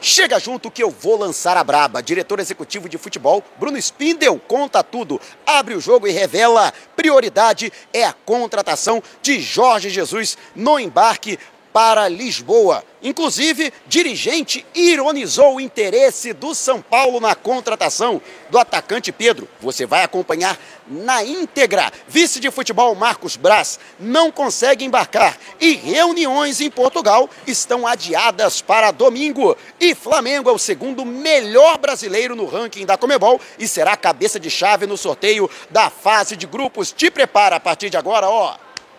Chega junto que eu vou lançar a braba. Diretor executivo de futebol, Bruno Spindel, conta tudo. Abre o jogo e revela. Prioridade é a contratação de Jorge Jesus no embarque para Lisboa. Inclusive, dirigente ironizou o interesse do São Paulo na contratação do atacante Pedro. Você vai acompanhar na íntegra. Vice de futebol Marcos Braz não consegue embarcar e reuniões em Portugal estão adiadas para domingo. E Flamengo é o segundo melhor brasileiro no ranking da Conmebol e será cabeça de chave no sorteio da fase de grupos. Te prepara a partir de agora, ó.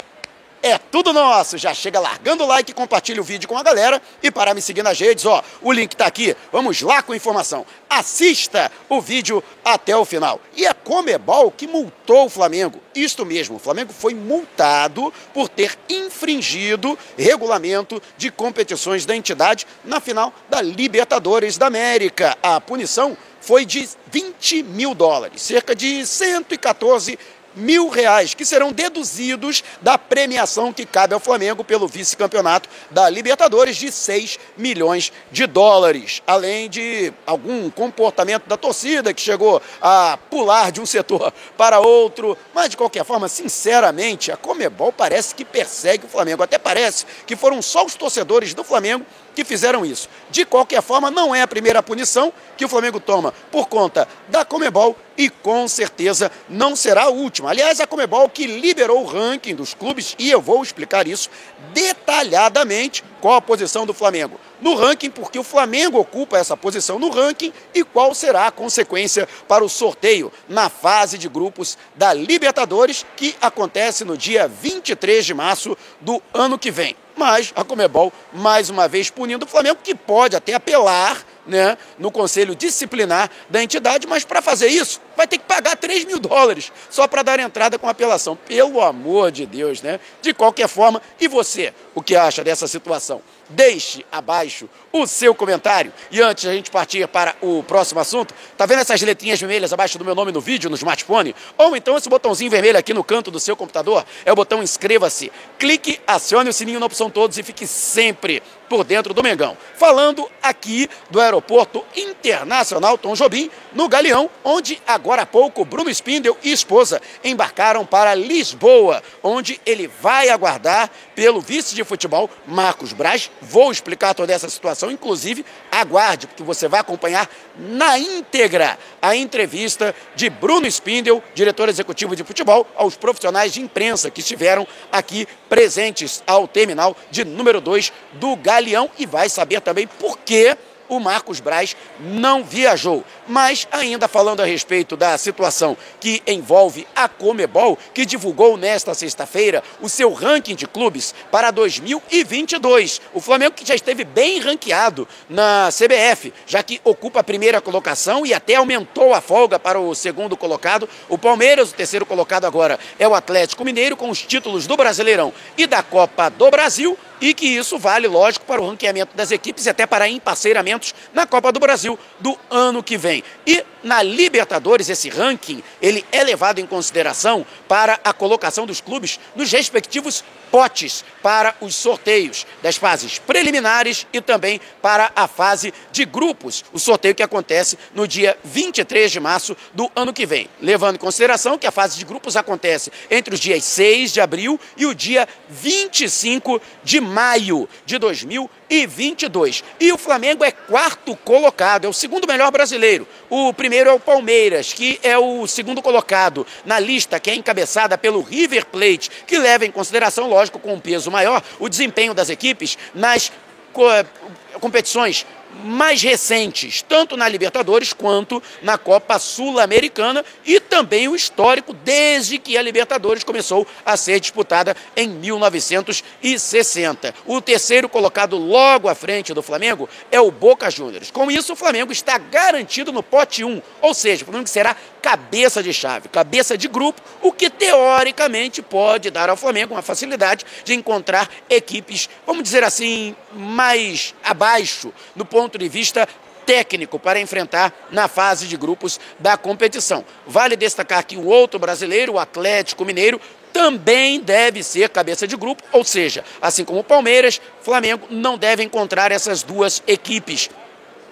É tudo nosso, já chega largando o like, compartilha o vídeo com a galera e para me seguir nas redes, ó, o link tá aqui, vamos lá com a informação. Assista o vídeo até o final. E a Conmebol que multou o Flamengo, isto mesmo, o Flamengo foi multado por ter infringido regulamento de competições da entidade na final da Libertadores da América. A punição foi de $20 mil, cerca de 114 mil reais, que serão deduzidos da premiação que cabe ao Flamengo pelo vice-campeonato da Libertadores de $6 milhões, além de algum comportamento da torcida que chegou a pular de um setor para outro, mas de qualquer forma, sinceramente, a Conmebol parece que persegue o Flamengo, até parece que foram só os torcedores do Flamengo que fizeram isso. De qualquer forma, não é a primeira punição que o Flamengo toma por conta da Conmebol e com certeza não será a última. Aliás, a Conmebol que liberou o ranking dos clubes e eu vou explicar isso detalhadamente, qual a posição do Flamengo no ranking, porque o Flamengo ocupa essa posição no ranking e qual será a consequência para o sorteio na fase de grupos da Libertadores, que acontece no dia 23 de março do ano que vem. Mas a Conmebol, mais uma vez, punindo o Flamengo, que pode até apelar, né, no conselho disciplinar da entidade, mas para fazer isso vai ter que pagar $3 mil só para dar entrada com apelação. Pelo amor de Deus, né? De qualquer forma, e você, o que acha dessa situação? Deixe abaixo o seu comentário. E antes de a gente partir para o próximo assunto, tá vendo essas letrinhas vermelhas abaixo do meu nome no vídeo, no smartphone? Ou então esse botãozinho vermelho aqui no canto do seu computador, é o botão inscreva-se. Clique, acione o sininho na opção todos e fique sempre por dentro do Mengão. Falando aqui do Aeroporto Internacional Tom Jobim, no Galeão, onde agora há pouco Bruno Spindel e esposa embarcaram para Lisboa, onde ele vai aguardar pelo vice de futebol Marcos Braz. Vou explicar toda essa situação, inclusive aguarde, porque você vai acompanhar na íntegra a entrevista de Bruno Spindel, diretor executivo de futebol, aos profissionais de imprensa que estiveram aqui presentes ao terminal de número 2 do Galeão e vai saber também por que o Marcos Braz não viajou. Mas ainda falando a respeito da situação que envolve a Conmebol, que divulgou nesta sexta-feira o seu ranking de clubes para 2022. O Flamengo que já esteve bem ranqueado na CBF, já que ocupa a primeira colocação e até aumentou a folga para o segundo colocado. O Palmeiras, o terceiro colocado agora, é o Atlético Mineiro, com os títulos do Brasileirão e da Copa do Brasil. E que isso vale, lógico, para o ranqueamento das equipes e até para emparceiramentos na Copa do Brasil do ano que vem. E na Libertadores, esse ranking, ele é levado em consideração para a colocação dos clubes nos respectivos potes para os sorteios das fases preliminares e também para a fase de grupos, o sorteio que acontece no dia 23 de março do ano que vem. Levando em consideração que a fase de grupos acontece entre os dias 6 de abril e o dia 25 de maio de 2022. E o Flamengo é quarto colocado, é o segundo melhor brasileiro. O primeiro é o Palmeiras, que é o segundo colocado na lista, que é encabeçada pelo River Plate, que leva em consideração, lógico, com um peso maior, o desempenho das equipes nas competições mais recentes, tanto na Libertadores quanto na Copa Sul-Americana e também o histórico desde que a Libertadores começou a ser disputada em 1960. O terceiro colocado logo à frente do Flamengo é o Boca Juniors. Com isso, o Flamengo está garantido no pote 1, ou seja, o Flamengo será cabeça de chave, cabeça de grupo, o que teoricamente pode dar ao Flamengo uma facilidade de encontrar equipes, vamos dizer assim, mais abaixo no ponto de vista técnico para enfrentar na fase de grupos da competição. Vale destacar que o outro brasileiro, o Atlético Mineiro, também deve ser cabeça de grupo, ou seja, assim como o Palmeiras, Flamengo não deve encontrar essas duas equipes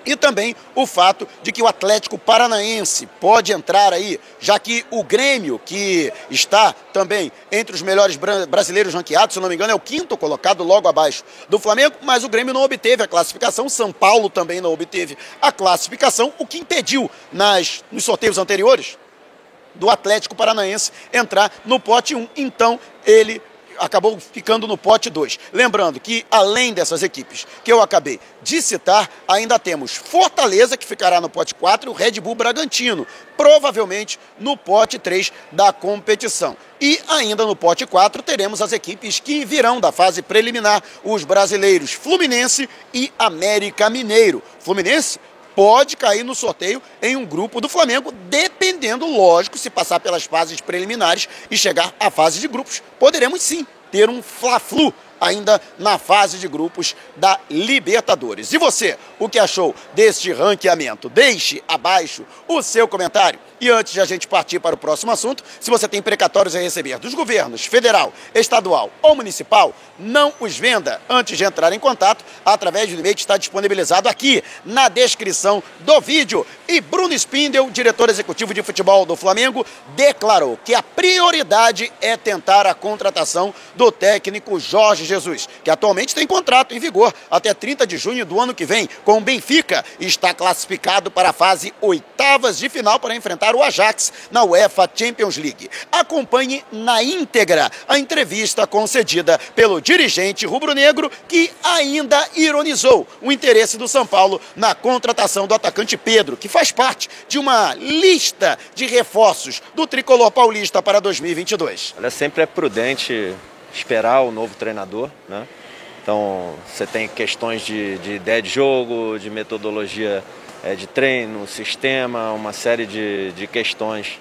E também o fato de que o Atlético Paranaense pode entrar aí, já que o Grêmio, que está também entre os melhores brasileiros ranqueados, se não me engano, é o 5º colocado logo abaixo do Flamengo, mas o Grêmio não obteve a classificação, São Paulo também não obteve a classificação, o que impediu nos sorteios anteriores do Atlético Paranaense entrar no pote 1. Então, ele acabou ficando no pote 2. Lembrando que, além dessas equipes que eu acabei de citar, ainda temos Fortaleza, que ficará no pote 4, e o Red Bull Bragantino, provavelmente no pote 3 da competição. E ainda no pote 4 teremos as equipes que virão da fase preliminar, os brasileiros Fluminense e América Mineiro. Fluminense pode cair no sorteio em um grupo do Flamengo, dependendo, lógico, se passar pelas fases preliminares e chegar à fase de grupos, poderemos sim ter um Fla-Flu ainda na fase de grupos da Libertadores. E você, o que achou deste ranqueamento? Deixe abaixo o seu comentário. E antes de a gente partir para o próximo assunto, se você tem precatórios a receber dos governos federal, estadual ou municipal, não os venda antes de entrar em contato através do e-mail que está disponibilizado aqui na descrição do vídeo. E Bruno Spindel, diretor executivo de futebol do Flamengo, declarou que a prioridade é tentar a contratação do técnico Jorge Jesus, que atualmente tem contrato em vigor até 30 de junho do ano que vem com o Benfica e está classificado para a fase oitavas de final para enfrentar o Ajax na UEFA Champions League. Acompanhe na íntegra a entrevista concedida pelo dirigente rubro-negro, que ainda ironizou o interesse do São Paulo na contratação do atacante Pedro, que faz parte de uma lista de reforços do tricolor paulista para 2022. Olha, sempre é prudente esperar o novo treinador, né? Então, você tem questões de ideia de jogo, de metodologia de treino, sistema, uma série de questões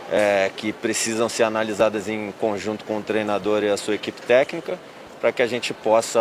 que precisam ser analisadas em conjunto com o treinador e a sua equipe técnica, para que a gente possa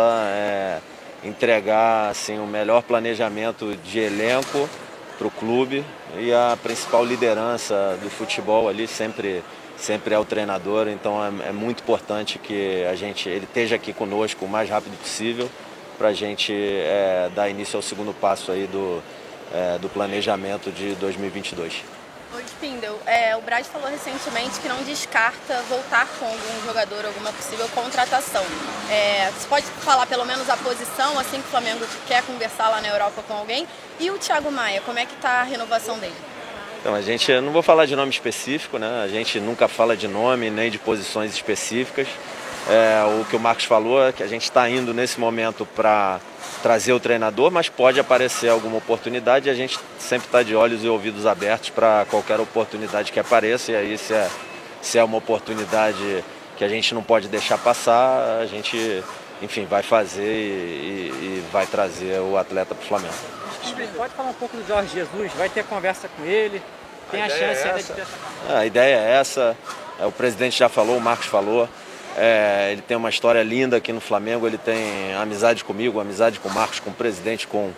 entregar assim, o melhor planejamento de elenco para o clube, e a principal liderança do futebol ali sempre é o treinador. Então é muito importante que ele esteja aqui conosco o mais rápido possível para a gente dar início ao segundo passo aí do planejamento de 2022. Oi, Spindel, o Brad falou recentemente que não descarta voltar com algum jogador, alguma possível contratação. Você pode falar pelo menos a posição, assim que o Flamengo quer conversar lá na Europa com alguém? E o Thiago Maia, como é que está a renovação dele? Então, eu não vou falar de nome específico, né? A gente nunca fala de nome nem de posições específicas. O que o Marcos falou é que a gente está indo nesse momento para trazer o treinador, mas pode aparecer alguma oportunidade e a gente sempre está de olhos e ouvidos abertos para qualquer oportunidade que apareça. E aí, se é uma oportunidade que a gente não pode deixar passar, a gente, enfim, vai fazer e vai trazer o atleta para o Flamengo. Pode falar um pouco do Jorge Jesus? Vai ter conversa com ele? Tem a chance ainda de ter essa conversa? A ideia é essa, o presidente já falou, o Marcos falou. Ele tem uma história linda aqui no Flamengo, ele tem amizade comigo, amizade com o Marcos, com o presidente, com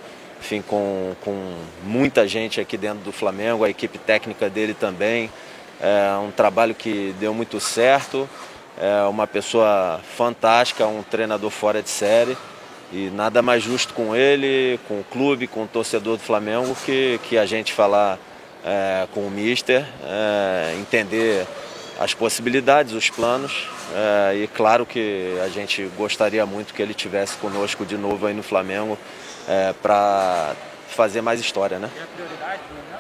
muita gente aqui dentro do Flamengo, a equipe técnica dele também. É um trabalho que deu muito certo, é uma pessoa fantástica, um treinador fora de série. E nada mais justo com ele, com o clube, com o torcedor do Flamengo, que a gente falar com o Mister, entender as possibilidades, os planos. E claro que a gente gostaria muito que ele estivesse conosco de novo aí no Flamengo para fazer mais história, né? É a prioridade, né?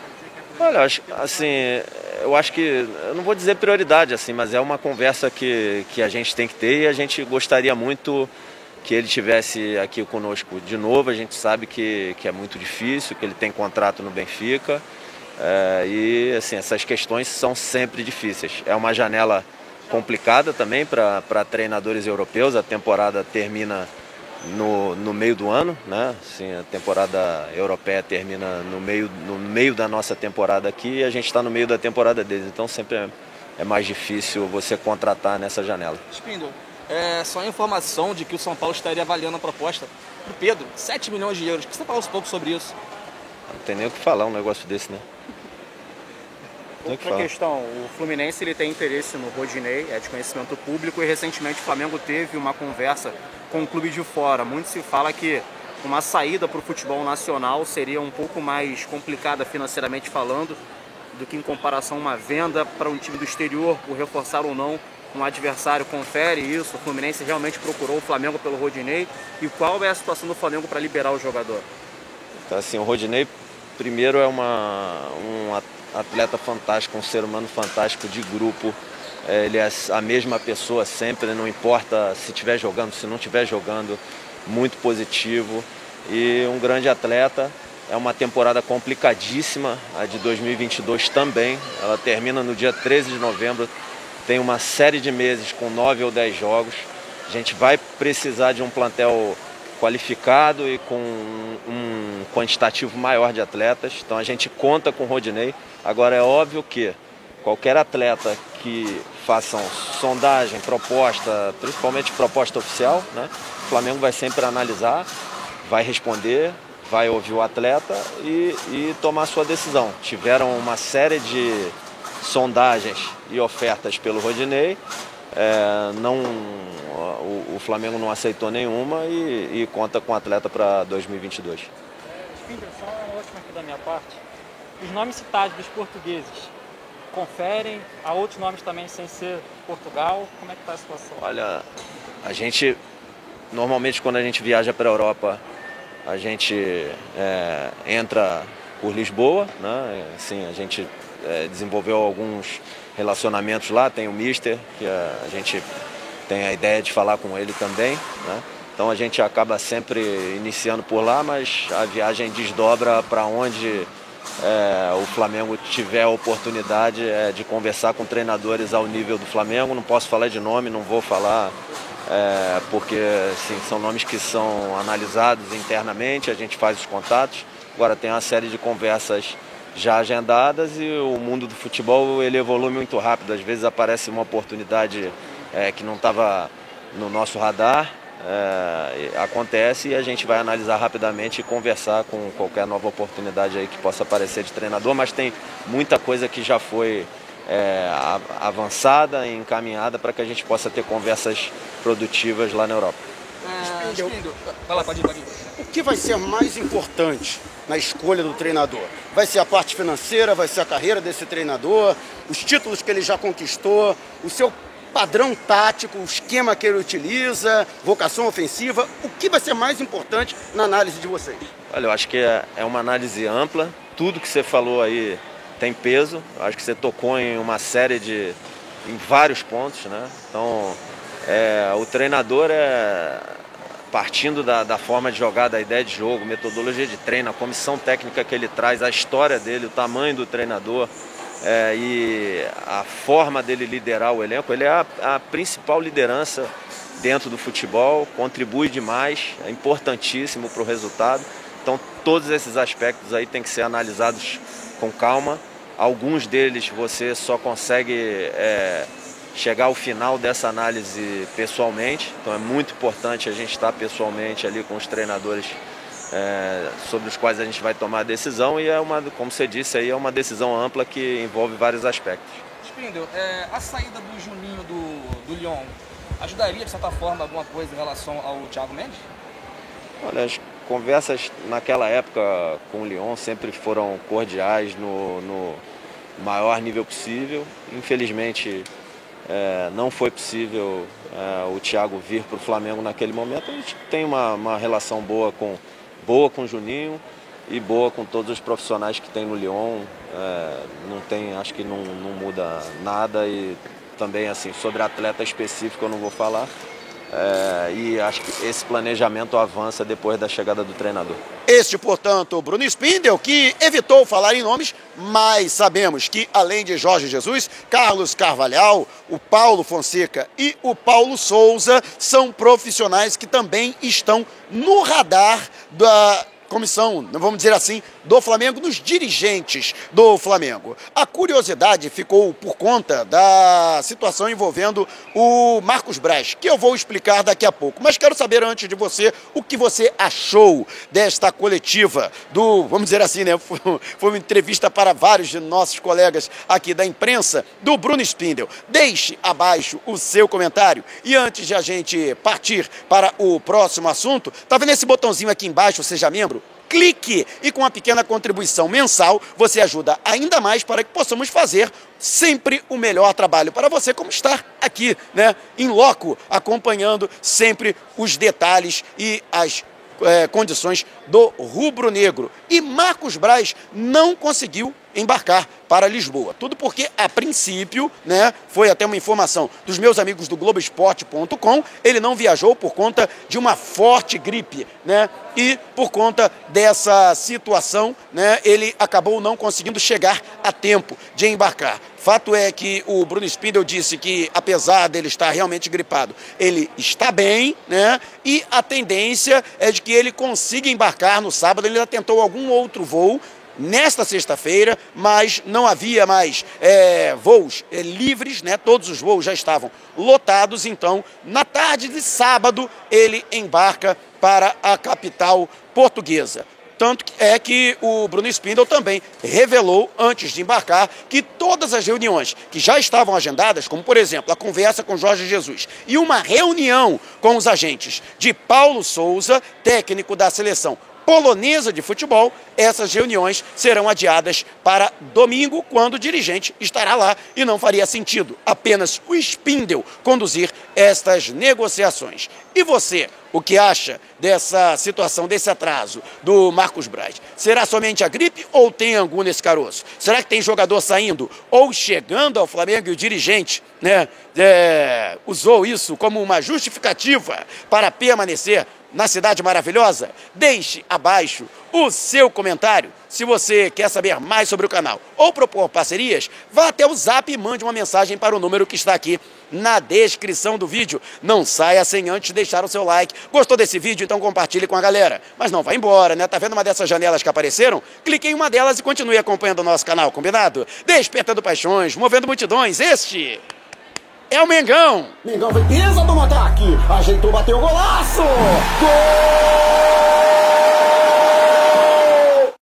Olha, eu acho que, eu não vou dizer prioridade, assim, mas é uma conversa que a gente tem que ter, e a gente gostaria muito que ele estivesse aqui conosco de novo. A gente sabe que é muito difícil, que ele tem contrato no Benfica, e assim, essas questões são sempre difíceis. É uma janela complicada também para treinadores europeus. A temporada termina no meio do ano, né? Assim, a temporada europeia termina no meio da nossa temporada aqui, e a gente está no meio da temporada deles, então sempre é mais difícil você contratar nessa janela. Spindel, só a informação de que o São Paulo estaria avaliando a proposta para o Pedro, 7 milhões de euros. O que você fala um pouco sobre isso? Não tem nem o que falar um negócio desse, né? Outra questão, o Fluminense ele tem interesse no Rodinei, é de conhecimento público, e recentemente o Flamengo teve uma conversa com o clube de fora. Muito se fala que uma saída para o futebol nacional seria um pouco mais complicada financeiramente falando do que em comparação a uma venda para um time do exterior, por reforçar ou não um adversário. Confere isso, o Fluminense realmente procurou o Flamengo pelo Rodinei, e qual é a situação do Flamengo para liberar o jogador? Então, assim, o Rodinei, primeiro, é um atleta fantástico, um ser humano fantástico de grupo. Ele é a mesma pessoa sempre, não importa se estiver jogando, se não estiver jogando, muito positivo e um grande atleta. É uma temporada complicadíssima, a de 2022 também. Ela termina no dia 13 de novembro, tem uma série de meses com 9 ou 10 jogos. A gente vai precisar de um plantel qualificado e com um quantitativo maior de atletas. Então a gente conta com o Rodinei. Agora é óbvio que qualquer atleta que façam sondagem, proposta, principalmente proposta oficial, né? O Flamengo vai sempre analisar, vai responder, vai ouvir o atleta e tomar sua decisão. Tiveram uma série de sondagens e ofertas pelo Rodinei, o Flamengo não aceitou nenhuma e conta com o atleta para 2022. Spindler, só uma última aqui da minha parte. Os nomes citados dos portugueses conferem a outros nomes também sem ser Portugal? Como é que está a situação? Olha, a gente, normalmente quando a gente viaja para a Europa, a gente entra por Lisboa, né? Assim, a gente desenvolveu alguns relacionamentos lá, tem o Mister, que a gente tem a ideia de falar com ele também, né? Então a gente acaba sempre iniciando por lá, mas a viagem desdobra para onde o Flamengo tiver a oportunidade de conversar com treinadores ao nível do Flamengo. Não posso falar de nome, não vou falar, porque assim, são nomes que são analisados internamente, a gente faz os contatos. Agora tem uma série de conversas já agendadas e o mundo do futebol ele evolui muito rápido. Às vezes aparece uma oportunidade que não estava no nosso radar, acontece e a gente vai analisar rapidamente e conversar com qualquer nova oportunidade aí que possa aparecer de treinador, mas tem muita coisa que já foi avançada e encaminhada para que a gente possa ter conversas produtivas lá na Europa. Vai lá, pode ir. O que vai ser mais importante na escolha do treinador? Vai ser a parte financeira, vai ser a carreira desse treinador, os títulos que ele já conquistou, o seu padrão tático, o esquema que ele utiliza, vocação ofensiva? O que vai ser mais importante na análise de vocês? Olha, eu acho que é uma análise ampla. Tudo que você falou aí tem peso. Eu acho que você tocou em uma série em vários pontos, né? Então, o treinador partindo da forma de jogar, da ideia de jogo, metodologia de treino, a comissão técnica que ele traz, a história dele, o tamanho do treinador, e a forma dele liderar o elenco. Ele é a principal liderança dentro do futebol, contribui demais, é importantíssimo para o resultado. Então todos esses aspectos aí têm que ser analisados com calma. Alguns deles você só consegue chegar ao final dessa análise pessoalmente. Então é muito importante a gente estar pessoalmente ali com os treinadores sobre os quais a gente vai tomar a decisão, e como você disse aí, é uma decisão ampla que envolve vários aspectos. Spindler, a saída do Juninho do Lyon ajudaria de certa forma alguma coisa em relação ao Thiago Mendes? Olha, as conversas naquela época com o Lyon sempre foram cordiais, no maior nível possível. Infelizmente não foi possível o Thiago vir para o Flamengo naquele momento. A gente tem uma relação boa com o Juninho e boa com todos os profissionais que tem no Lyon. Acho que não muda nada, e também assim, sobre atleta específico eu não vou falar. E acho que esse planejamento avança depois da chegada do treinador. Este, portanto, Bruno Spindel, que evitou falar em nomes, mas sabemos que, além de Jorge Jesus, Carlos Carvalhal, o Paulo Fonseca e o Paulo Souza são profissionais que também estão no radar comissão, vamos dizer assim, do Flamengo, nos dirigentes do Flamengo. A curiosidade ficou por conta da situação envolvendo o Marcos Braz, que eu vou explicar daqui a pouco. Mas quero saber antes de você o que você achou desta coletiva do, vamos dizer assim, né? Foi uma entrevista para vários de nossos colegas aqui da imprensa, do Bruno Spindel. Deixe abaixo o seu comentário. E antes de a gente partir para o próximo assunto, tá vendo esse botãozinho aqui embaixo, seja membro? Clique e com uma pequena contribuição mensal você ajuda ainda mais para que possamos fazer sempre o melhor trabalho para você, como estar aqui, né, em loco, acompanhando sempre os detalhes e as condições do rubro-negro. E Marcos Braz não conseguiu embarcar para Lisboa. Tudo porque, a princípio, né, foi até uma informação dos meus amigos do Globoesporte.com, ele não viajou por conta de uma forte gripe, né, e por conta dessa situação, né, ele acabou não conseguindo chegar a tempo de embarcar. Fato é que o Bruno Spindel disse que, apesar dele estar realmente gripado, ele está bem, né, e a tendência é de que ele consiga embarcar no sábado. Ele já tentou algum outro voo nesta sexta-feira, mas não havia mais voos livres, né? Todos os voos já estavam lotados, então na tarde de sábado ele embarca para a capital portuguesa. Tanto é que o Bruno Spindel também revelou, antes de embarcar, que todas as reuniões que já estavam agendadas, como, por exemplo, a conversa com Jorge Jesus e uma reunião com os agentes de Paulo Sousa, técnico da seleção polonesa de futebol, essas reuniões serão adiadas para domingo, quando o dirigente estará lá, e não faria sentido apenas o Spindel conduzir estas negociações. E você, o que acha dessa situação, desse atraso do Marcos Braz? Será somente a gripe ou tem angu nesse caroço? Será que tem jogador saindo ou chegando ao Flamengo e o dirigente, né, usou isso como uma justificativa para permanecer na Cidade Maravilhosa? Deixe abaixo o seu comentário. Se você quer saber mais sobre o canal ou propor parcerias, vá até o Zap e mande uma mensagem para o número que está aqui na descrição do vídeo. Não saia sem antes deixar o seu like. Gostou desse vídeo? Então compartilhe com a galera. Mas não vá embora, né? Tá vendo uma dessas janelas que apareceram? Clique em uma delas e continue acompanhando o nosso canal, combinado? Despertando paixões, movendo multidões. Este é o Mengão. Mengão foi pesa no ataque, ajeitou, bateu o golaço.